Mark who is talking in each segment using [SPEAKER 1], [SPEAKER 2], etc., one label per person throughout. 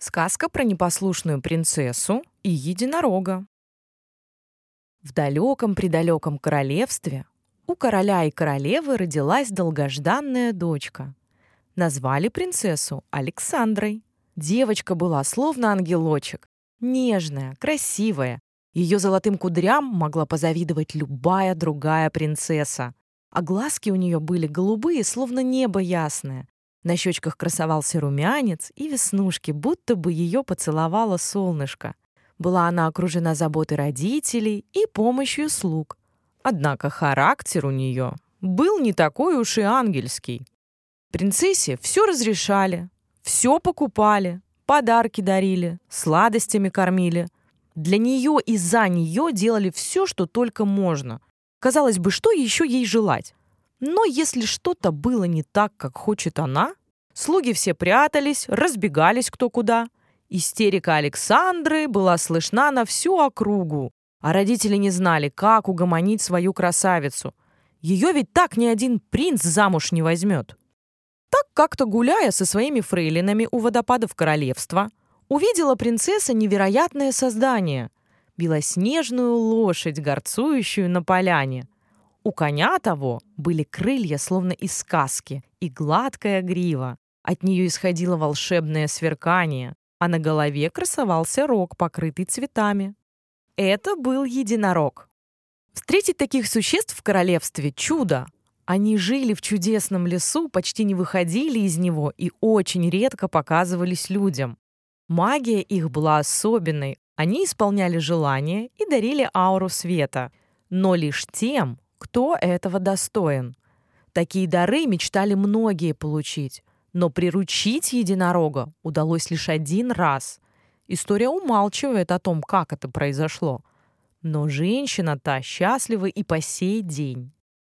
[SPEAKER 1] Сказка про непослушную принцессу и единорога. В далеком-предалеком королевстве у короля и королевы родилась долгожданная дочка. Назвали принцессу Александрой. Девочка была словно ангелочек, нежная, красивая. Ее золотым кудрям могла позавидовать любая другая принцесса. А глазки у нее были голубые, словно небо ясное. На щечках красовался румянец и веснушки, будто бы ее поцеловало солнышко. Была она окружена заботой родителей и помощью слуг. Однако характер у нее был не такой уж и ангельский. Принцессе все разрешали, все покупали, подарки дарили, сладостями кормили. Для нее и за нее делали все, что только можно. Казалось бы, что еще ей желать? Но если что-то было не так, как хочет она, слуги все прятались, разбегались кто куда. Истерика Александры была слышна на всю округу, а родители не знали, как угомонить свою красавицу. Ее ведь так ни один принц замуж не возьмет. Так как-то гуляя со своими фрейлинами у водопадов королевства, увидела принцесса невероятное создание — белоснежную лошадь, горцующую на поляне. У коня того были крылья, словно из сказки, и гладкая грива. От нее исходило волшебное сверкание, а на голове красовался рог, покрытый цветами. Это был единорог. Встретить таких существ в королевстве — чудо. Они жили в чудесном лесу, почти не выходили из него и очень редко показывались людям. Магия их была особенной. Они исполняли желания и дарили ауру света. Но лишь тем, кто этого достоин. Такие дары мечтали многие получить, но приручить единорога удалось лишь один раз. История умалчивает о том, как это произошло. Но женщина-то счастлива и по сей день.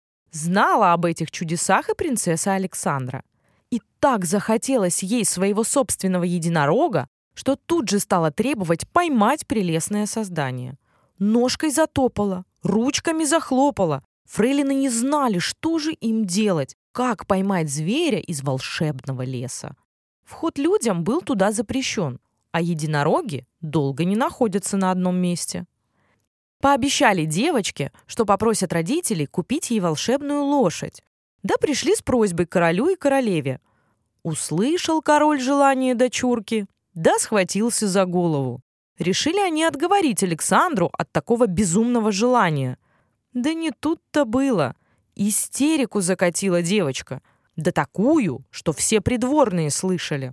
[SPEAKER 1] Знала об этих чудесах и принцесса Александра. И так захотелось ей своего собственного единорога, что тут же стала требовать поймать прелестное создание. Ножкой затопала, ручками захлопала. Фрейлины не знали, что же им делать, как поймать зверя из волшебного леса. Вход людям был туда запрещен, а единороги долго не находятся на одном месте. Пообещали девочке, что попросят родителей купить ей волшебную лошадь. Да пришли с просьбой к королю и королеве. Услышал король желание дочурки, да схватился за голову. Решили они отговорить Александру от такого безумного желания. Да не тут-то было. Истерику закатила девочка. Да такую, что все придворные слышали.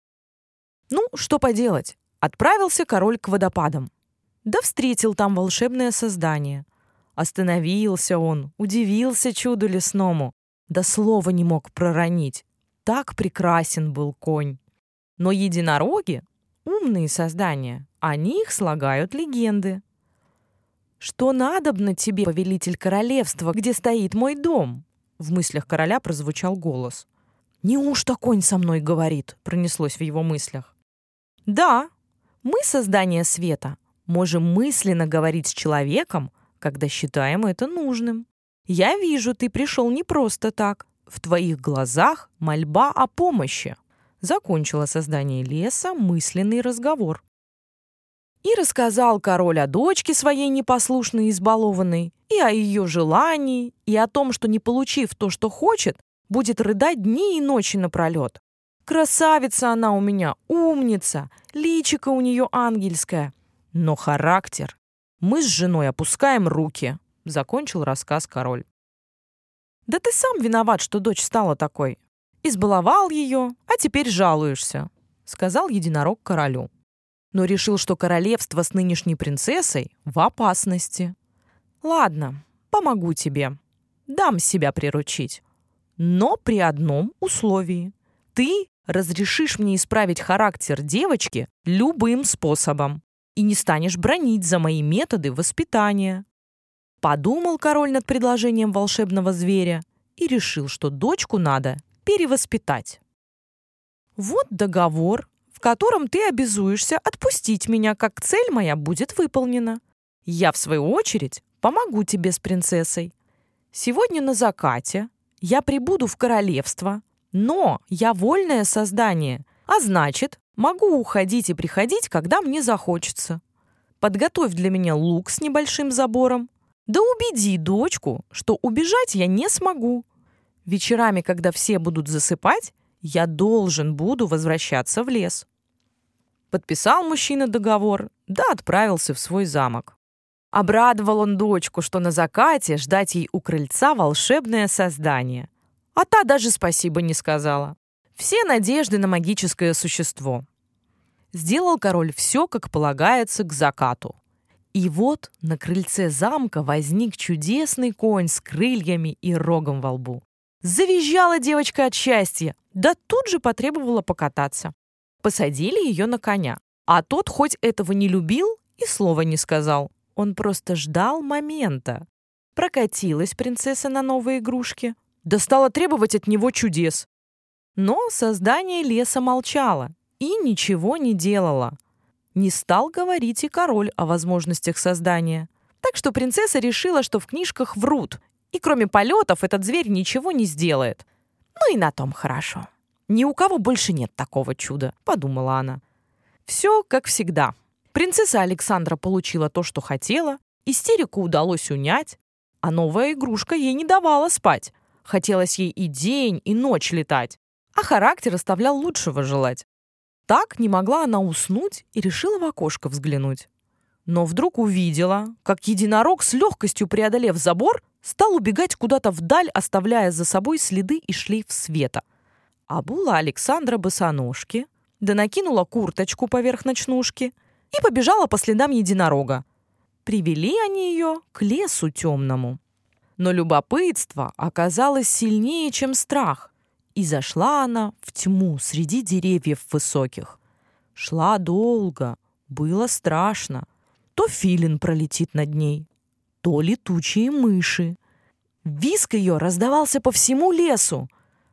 [SPEAKER 1] Ну, что поделать. Отправился король к водопадам. Да встретил там волшебное создание. Остановился он, удивился чуду лесному. Да слова не мог проронить. Так прекрасен был конь. Но единороги — умные создания. О них слагают легенды. «Что надобно тебе, повелитель королевства, где стоит мой дом?» В мыслях короля прозвучал голос. «Неужто конь со мной говорит?» Пронеслось в его мыслях. «Да, мы, создание света, можем мысленно говорить с человеком, когда считаем это нужным. Я вижу, ты пришел не просто так. В твоих глазах мольба о помощи». Закончило создание леса мысленный разговор. И рассказал король о дочке своей непослушной и избалованной, и о ее желании, и о том, что, не получив то, что хочет, будет рыдать дни и ночи напролет. Красавица она у меня, умница, личико у нее ангельское. Но характер. Мы с женой опускаем руки, закончил рассказ король. Да ты сам виноват, что дочь стала такой. Избаловал ее, а теперь жалуешься, сказал единорог королю. Но решил, что королевство с нынешней принцессой в опасности. Ладно, помогу тебе. Дам себя приручить. Но при одном условии. Ты разрешишь мне исправить характер девочки любым способом и не станешь бранить за мои методы воспитания. Подумал король над предложением волшебного зверя и решил, что дочку надо перевоспитать. Вот договор, в котором ты обязуешься отпустить меня, как цель моя будет выполнена. Я, в свою очередь, помогу тебе с принцессой. Сегодня на закате я прибуду в королевство, но я вольное создание, А значит, могу уходить и приходить, когда мне захочется. Подготовь для меня лук с небольшим забором. Да убеди дочку, что убежать я не смогу. Вечерами, когда все будут засыпать, я должен буду возвращаться в лес». Подписал мужчина договор, да отправился в свой замок. Обрадовал он дочку, что на закате ждать ей у крыльца волшебное создание. А та даже спасибо не сказала. Все надежды на магическое существо. Сделал король все, как полагается, к закату. И вот на крыльце замка возник чудесный конь с крыльями и рогом во лбу. Завизжала девочка от счастья, да тут же потребовала покататься. Посадили ее на коня, а тот хоть этого не любил и слова не сказал. Он просто ждал момента. Прокатилась принцесса на новой игрушке, да стала требовать от него чудес. Но создание леса молчало и ничего не делало. Не стал говорить и король о возможностях создания. Так что принцесса решила, что в книжках врут, и кроме полетов этот зверь ничего не сделает. Ну и на том хорошо. Ни у кого больше нет такого чуда, подумала она. Все как всегда. Принцесса Александра получила то, что хотела, истерику удалось унять, а новая игрушка ей не давала спать. Хотелось ей и день, и ночь летать, а характер оставлял лучшего желать. Так не могла она уснуть и решила в окошко взглянуть. Но вдруг увидела, как единорог, с легкостью преодолев забор, стал убегать куда-то вдаль, оставляя за собой следы и шлейф света. Обула Александра босоножки, да накинула курточку поверх ночнушки и побежала по следам единорога. Привели они ее к лесу темному. Но любопытство оказалось сильнее, чем страх, и зашла она в тьму среди деревьев высоких. Шла долго, было страшно. То филин пролетит над ней, то летучие мыши. Визг ее раздавался по всему лесу.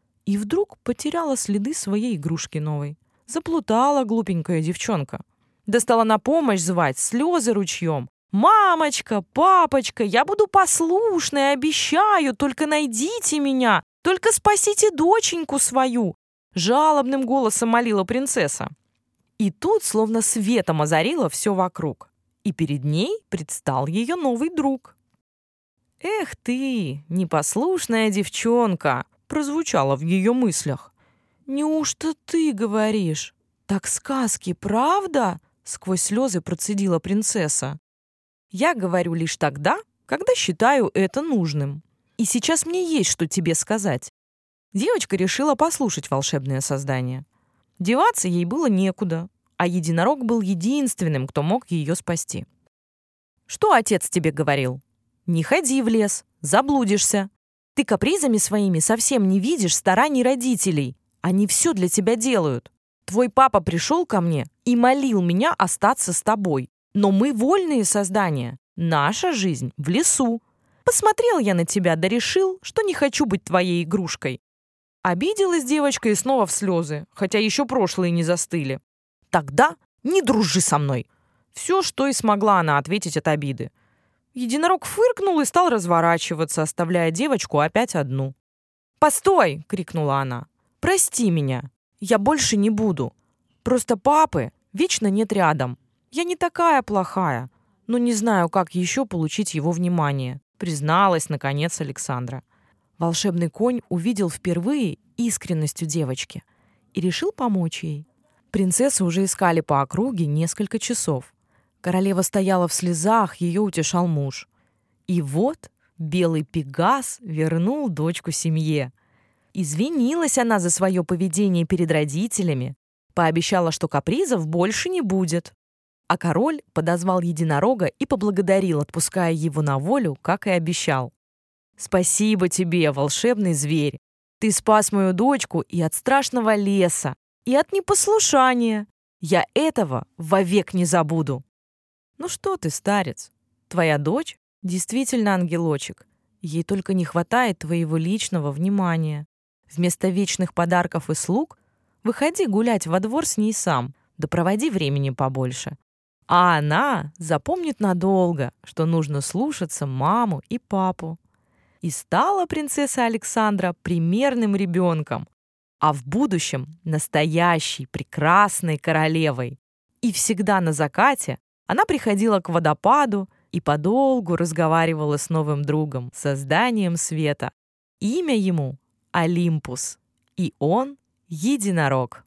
[SPEAKER 1] И вдруг потеряла следы своей игрушки новой. Заплутала глупенькая девчонка. Да стала на помощь звать, слезы ручьем. «Мамочка, папочка, я буду послушной, обещаю, только найдите меня, только спасите доченьку свою!» Жалобным голосом молила принцесса. И тут словно светом озарило все вокруг. И перед ней предстал ее новый друг. «Эх ты, непослушная девчонка!» прозвучало в ее мыслях. «Неужто ты говоришь? Так сказки, правда?» сквозь слезы процедила принцесса. «Я говорю лишь тогда, когда считаю это нужным. И сейчас мне есть что тебе сказать». Девочка решила послушать волшебное создание. Деваться ей было некуда, а единорог был единственным, кто мог ее спасти. «Что отец тебе говорил? Не ходи в лес, заблудишься. Ты капризами своими совсем не видишь стараний родителей. Они все для тебя делают. Твой папа пришел ко мне и молил меня остаться с тобой. Но мы вольные создания. Наша жизнь в лесу. Посмотрел я на тебя, да решил, что не хочу быть твоей игрушкой». Обиделась девочка и снова в слезы, хотя еще прошлые не застыли. «Тогда не дружи со мной». Все, что и смогла она ответить от обиды. Единорог фыркнул и стал разворачиваться, оставляя девочку опять одну. «Постой!» — крикнула она. «Прости меня. Я больше не буду. Просто папы вечно нет рядом. Я не такая плохая, но не знаю, как еще получить его внимание», призналась, наконец, Александра. Волшебный конь увидел впервые искренность у девочки и решил помочь ей. Принцессу уже искали по округе несколько часов. Королева стояла в слезах, ее утешал муж. И вот белый пегас вернул дочку семье. Извинилась она за свое поведение перед родителями, пообещала, что капризов больше не будет. А король подозвал единорога и поблагодарил, отпуская его на волю, как и обещал. «Спасибо тебе, волшебный зверь. Ты спас мою дочку и от страшного леса, и от непослушания. Я этого вовек не забуду». «Ну что ты, старец, твоя дочь действительно ангелочек. Ей только не хватает твоего личного внимания. Вместо вечных подарков и слуг выходи гулять во двор с ней сам, да проводи времени побольше. А она запомнит надолго, что нужно слушаться маму и папу». И стала принцесса Александра примерным ребенком. а в будущем настоящей прекрасной королевой. И всегда на закате она приходила к водопаду и подолгу разговаривала с новым другом, созданием света. Имя ему — Олимпус, и он — единорог.